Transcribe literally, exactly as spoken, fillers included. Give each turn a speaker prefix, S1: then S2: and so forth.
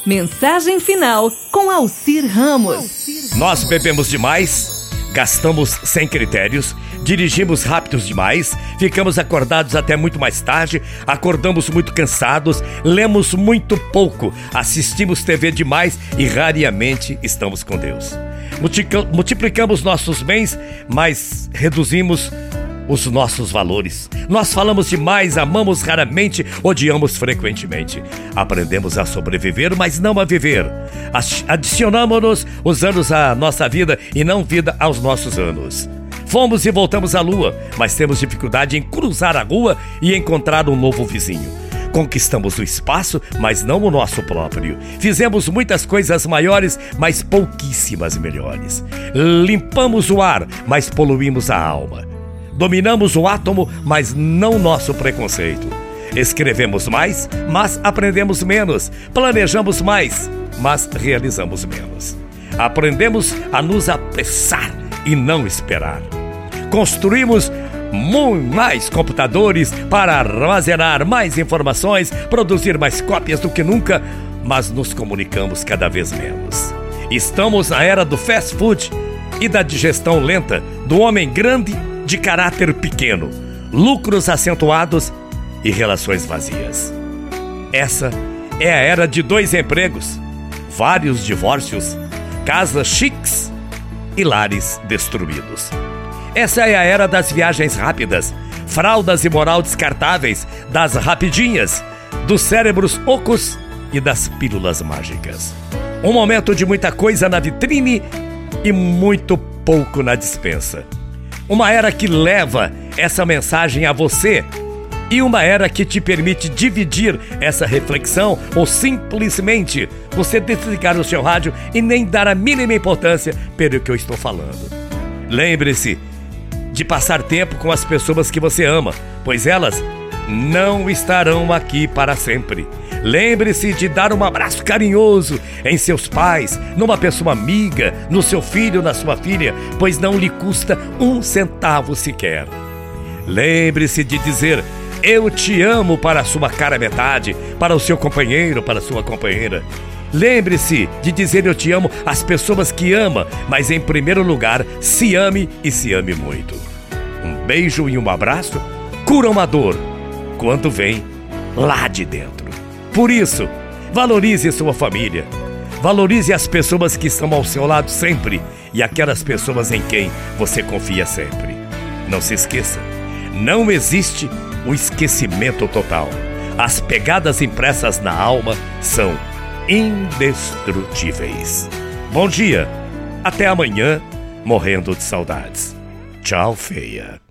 S1: Mensagem final com Alcir Ramos.
S2: Nós bebemos demais, gastamos sem critérios, dirigimos rápidos demais, ficamos acordados até muito mais tarde, acordamos muito cansados, lemos muito pouco, assistimos T V demais e raramente estamos com Deus. Multiplicamos nossos bens, mas reduzimos os nossos valores. Nós falamos demais, amamos raramente, odiamos frequentemente. Aprendemos a sobreviver, mas não a viver. Adicionamos os anos à nossa vida e não vida aos nossos anos. Fomos e voltamos à lua, mas temos dificuldade em cruzar a rua e encontrar um novo vizinho. Conquistamos o espaço, mas não o nosso próprio. Fizemos muitas coisas maiores, mas pouquíssimas melhores. Limpamos o ar, mas poluímos a alma. Dominamos o átomo, mas não nosso preconceito. Escrevemos mais, mas aprendemos menos. Planejamos mais, mas realizamos menos. Aprendemos a nos apressar e não esperar. Construímos muito mais computadores para armazenar mais informações, produzir mais cópias do que nunca, mas nos comunicamos cada vez menos. Estamos na era do fast food e da digestão lenta, do homem grande de caráter pequeno, lucros acentuados e relações vazias. Essa é a era de dois empregos, vários divórcios, casas chiques e lares destruídos. Essa é a era das viagens rápidas, fraldas e moral descartáveis, das rapidinhas, dos cérebros ocos e das pílulas mágicas. Um momento de muita coisa na vitrine e muito pouco na despensa. Uma era que leva essa mensagem a você e uma era que te permite dividir essa reflexão ou simplesmente você desligar o seu rádio e nem dar a mínima importância pelo que eu estou falando. Lembre-se de passar tempo com as pessoas que você ama, pois elas não estarão aqui para sempre. Lembre-se de dar um abraço carinhoso em seus pais, numa pessoa amiga, no seu filho, na sua filha, pois não lhe custa um centavo sequer. Lembre-se de dizer eu te amo para a sua cara metade, para o seu companheiro, para a sua companheira. Lembre-se de dizer eu te amo às pessoas que ama, mas em primeiro lugar, se ame e se ame muito. Um beijo e um abraço curam a dor quando vem lá de dentro. Por isso, valorize sua família, valorize as pessoas que estão ao seu lado sempre e aquelas pessoas em quem você confia sempre. Não se esqueça, não existe o esquecimento total. As pegadas impressas na alma são indestrutíveis. Bom dia, até amanhã, morrendo de saudades. Tchau, feia.